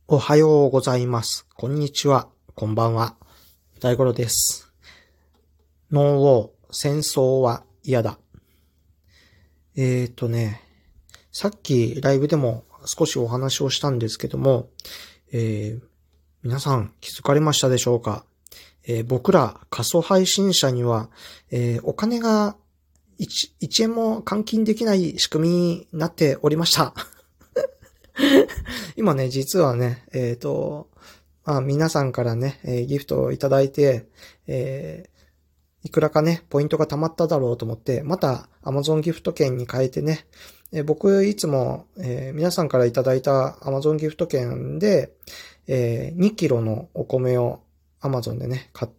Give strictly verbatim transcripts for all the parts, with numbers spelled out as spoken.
おはようございます。こんにちは。こんばんは。大五郎です。ノーウォー、戦争は嫌だ。えーとね、さっきライブでも少しお話をしたんですけども、えー、皆さん気づかれましたでしょうか？えー、僕ら過疎配信者には、えー、お金が 1, 1円も換金できない仕組みになっておりました。今ね、実はね、えっと、まあ、皆さんからね、えー、ギフトをいただいて、えー、いくらかね、ポイントが貯まっただろうと思って、また Amazon ギフト券に変えてね、えー、僕いつも、えー、皆さんからいただいた Amazon ギフト券で、えー、にキロのお米を Amazon でね、買って、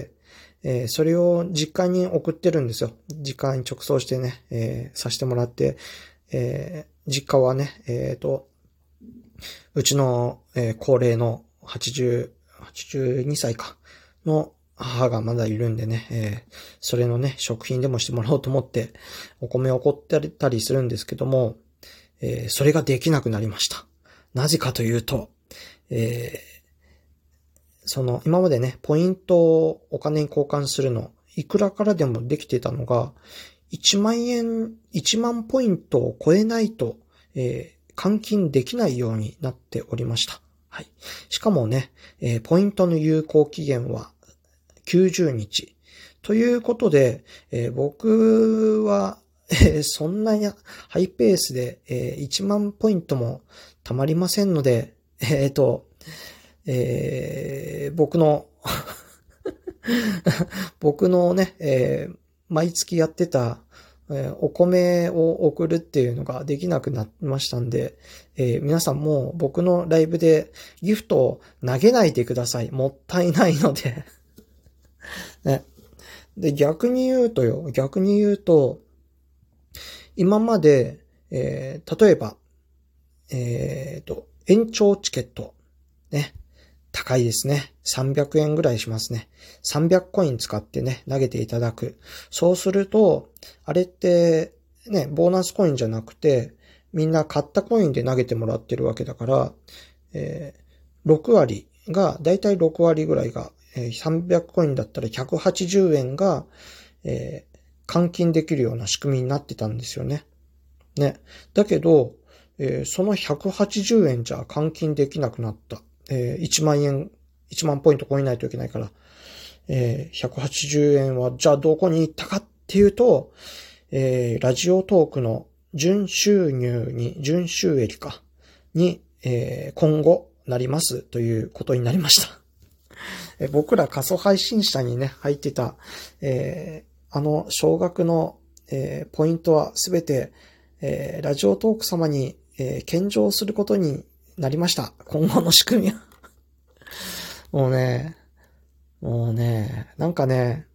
えー、それを実家に送ってるんですよ。実家に直送してね、えー、させてもらって、えー、実家はね、えっと、うちの、えー、高齢のはちじゅう、はちじゅうにさいかの母がまだいるんでね、えー、それのね、食品でもしてもらおうと思ってお米を送ってたりするんですけども、えー、それができなくなりました。なぜかというと、えー、その今までね、ポイントをお金に交換するの、いくらからでもできてたのが、いちまんえん、いちまんポイントを超えないと、えー換金できないようになっておりました。はい。しかもね、えー、ポイントの有効期限はきゅうじゅうにち。ということで、えー、僕は、えー、そんなにハイペースで、えー、いちまんポイントも貯まりませんので、えっと、えー、僕の僕のね、えー、毎月やってたえー、お米を送るっていうのができなくなりましたんで、えー、皆さんもう僕のライブでギフトを投げないでください。もったいないので、ね。で、逆に言うとよ、逆に言うと、今まで、えー、例えば、えーと、延長チケット、ね。高いですね。さんびゃくえんぐらいしますね。さんびゃくコイン使ってね、投げていただく。そうすると、あれって、ね、ボーナスコインじゃなくて、みんな買ったコインで投げてもらってるわけだから、えー、ろくわりが、だいたいろくわりぐらいが、えー、さんびゃくコインだったらひゃくはちじゅうえんが、えー、換金できるような仕組みになってたんですよね。ね。だけど、えー、そのひゃくはちじゅうえんじゃ換金できなくなった。えー、いちまんえん、いちまんポイント超えないといけないから、えー、ひゃくはちじゅうえんは、じゃあどこに行ったかっていうと、えー、ラジオトークの純収入に、純収益か、に、えー、今後なりますということになりました。えー、僕ら過疎配信者にね、入ってた、えー、あの、少額の、えー、ポイントはすべて、えー、ラジオトーク様に、えー、献上することになりました。今後の仕組みは。もうね、もうね、なんかね、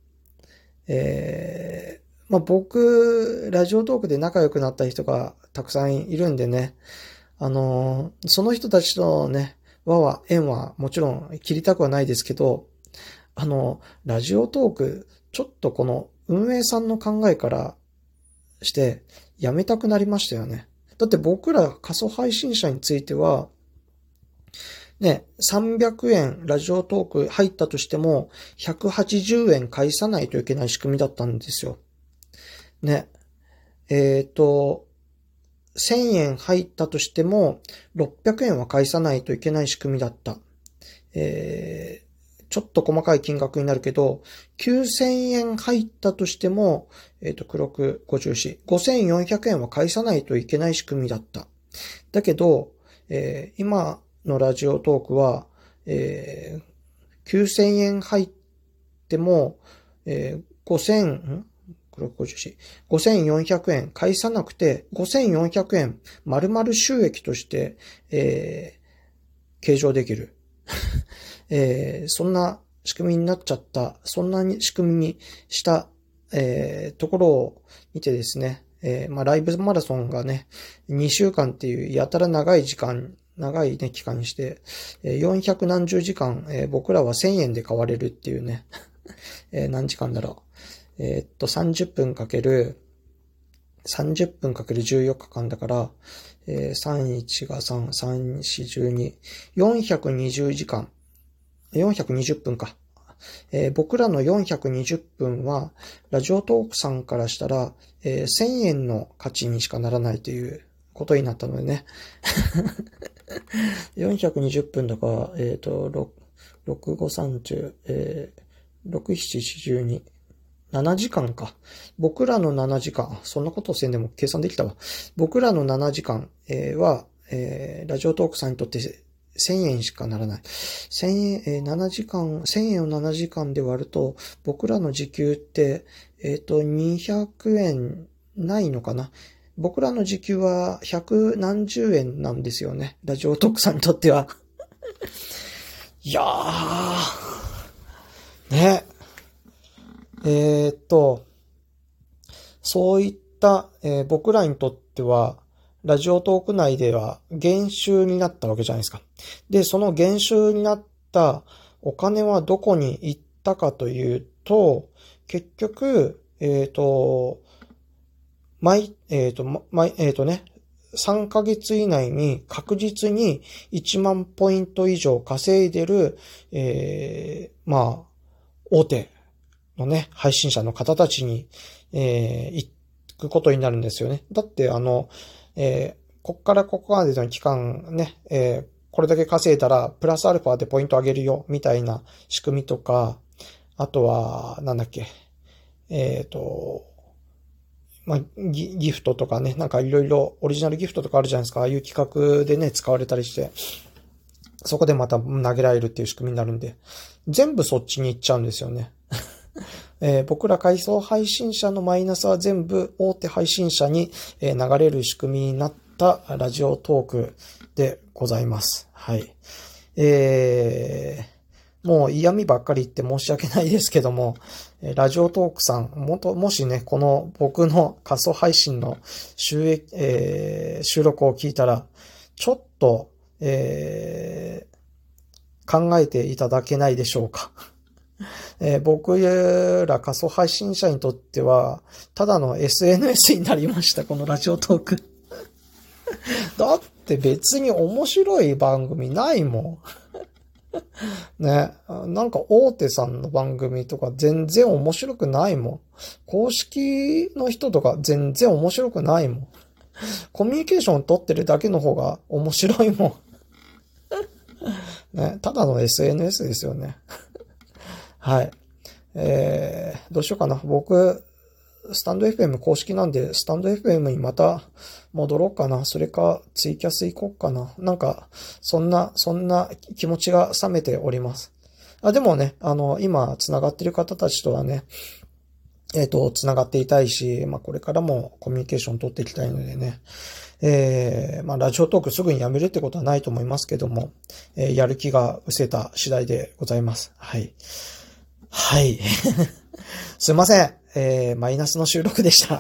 えー、まあ、僕、ラジオトークで仲良くなった人がたくさんいるんでね、あのー、その人たちとね、輪は、縁はもちろん切りたくはないですけど、あの、ラジオトーク、ちょっとこの運営さんの考えからして、やめたくなりましたよね。だって僕ら過疎配信者については、ね、さんびゃくえんラジオトーク入ったとしても、ひゃくはちじゅうえん返さないといけない仕組みだったんですよ。ね。えっと、せんえん入ったとしても、ろっぴゃくえんは返さないといけない仕組みだった。えー、ちょっと細かい金額になるけど、きゅうせんえん入ったとしても、えっと、黒くごじゅうよん、ごせんよんひゃくえんは返さないといけない仕組みだった。だけど、えー、今のラジオトークは、えー、きゅうせんえん入っても、えー、ごせん、んごじゅうよん、ごせんよんひゃくえん返さなくて、ごせんよんひゃくえん丸々収益として、えー、計上できる。えー、そんな仕組みになっちゃった、そんな仕組みにした、えー、ところを見てですね、えー、まあ、ライブマラソンがね、にしゅうかんっていうやたら長い時間、長いね、期間にして、えー、よんひゃくなんじゅうじかん、えー、僕らはせんえんで買われるっていうね、えー、何時間だろう。えー、っと、さんじゅっぷんかける、さんじゅっぷんかけるじゅうよっかかんだから、 えー、さんいちがさん、さんよん、じゅうに、よんひゃくにじゅうじかん、よんひゃくにじゅっぷんか。えー、僕らのよんひゃくにじゅっぷんは、ラジオトークさんからしたら、えー、せんえんの価値にしかならないということになったのでね。よんひゃくにじゅっぷんだから、えっと、ろく、ご、さんじゅう、えー、ろく、なな、じゅうに、ななじかんか。僕らのななじかん、そんなことをせんでも計算できたわ。僕らのななじかん、えー、は、えー、ラジオトークさんにとってせんえんしかならない。せんえん、えー、ななじかん、せんえんをななじかんで割ると、僕らの時給って、えっと、にひゃくえんないのかな。僕らの時給は百何十円なんですよね。ラジオトークさんにとっては。いやー、ね。えー、っと、そういった、えー、僕らにとっては、ラジオトーク内では減収になったわけじゃないですか。で、その減収になったお金はどこに行ったかというと、結局、えっと、毎、えっと、毎、えっとね、さんかげつ以内に確実にいちまんポイント以上稼いでる、えー、まあ、大手のね、配信者の方たちに、えー、行くことになるんですよね。だって、あの、えー、こっからここまでの期間ね、えー、これだけ稼いだら、プラスアルファでポイントあげるよ、みたいな仕組みとか、あとは、なんだっけ、えっと、まあギ、ギフトとかね、なんかいろいろオリジナルギフトとかあるじゃないですか。ああいう企画でね、使われたりして、そこでまた投げられるっていう仕組みになるんで、全部そっちに行っちゃうんですよね。えー、僕ら階層配信者のマイナスは全部大手配信者に、えー、流れる仕組みになったラジオトークでございます。はい。えー、もう嫌味ばっかり言って申し訳ないですけども、ラジオトークさん、もと、もしね、この僕の仮想配信の収益、えー、収録を聞いたら、ちょっと、えー、考えていただけないでしょうか。えー、僕ら仮想配信者にとっては、ただの エスエヌエス になりました、このラジオトーク。だって別に面白い番組ないもん。ね。なんか大手さんの番組とか全然面白くないもん。公式の人とか全然面白くないもん。コミュニケーション取ってるだけの方が面白いもん。ね。ただの エスエヌエス ですよね。はい。えー、どうしようかな。僕、スタンド エフエム 公式なんで、スタンド エフエム にまた戻ろうかな。それか、ツイキャス行こうかな。なんか、そんな、そんな気持ちが冷めております。あ、でもね、あの、今、繋がってる方たちとはね、えっと、繋がっていたいし、まあ、これからもコミュニケーション取っていきたいのでね。えー、まあ、ラジオトークすぐにやめるってことはないと思いますけども、えー、やる気が失せた次第でございます。はい。はい。すいません。えー、マイナスの収録でした。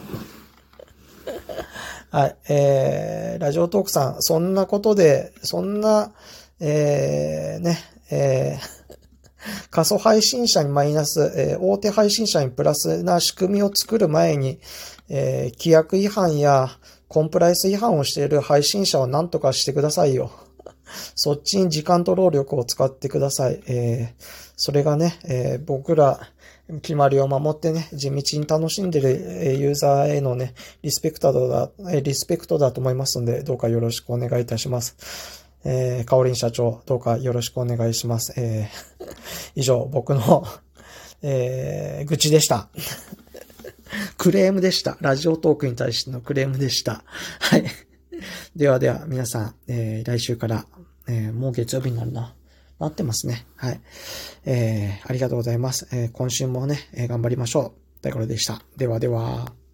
はい。えー、ラジオトークさん、そんなことで、そんな、えー、ね、えー、仮想配信者にマイナス、えー、大手配信者にプラスな仕組みを作る前に、えー、規約違反やコンプライアンス違反をしている配信者を何とかしてくださいよ。そっちに時間と労力を使ってください。えー、それがね、えー、僕ら、決まりを守ってね、地道に楽しんでるユーザーへのね、リスペクトだ、リスペクトだと思いますので、どうかよろしくお願いいたします。えー、かおりん社長、どうかよろしくお願いします。えー、以上、僕の、えー、愚痴でした。クレームでした。ラジオトークに対してのクレームでした。はい。ではでは、皆さん、えー、来週から、えー、もう月曜日になるな。なってますね。はい。えー、ありがとうございます。えー、今週もね、えー、頑張りましょう。ということでした。ではでは。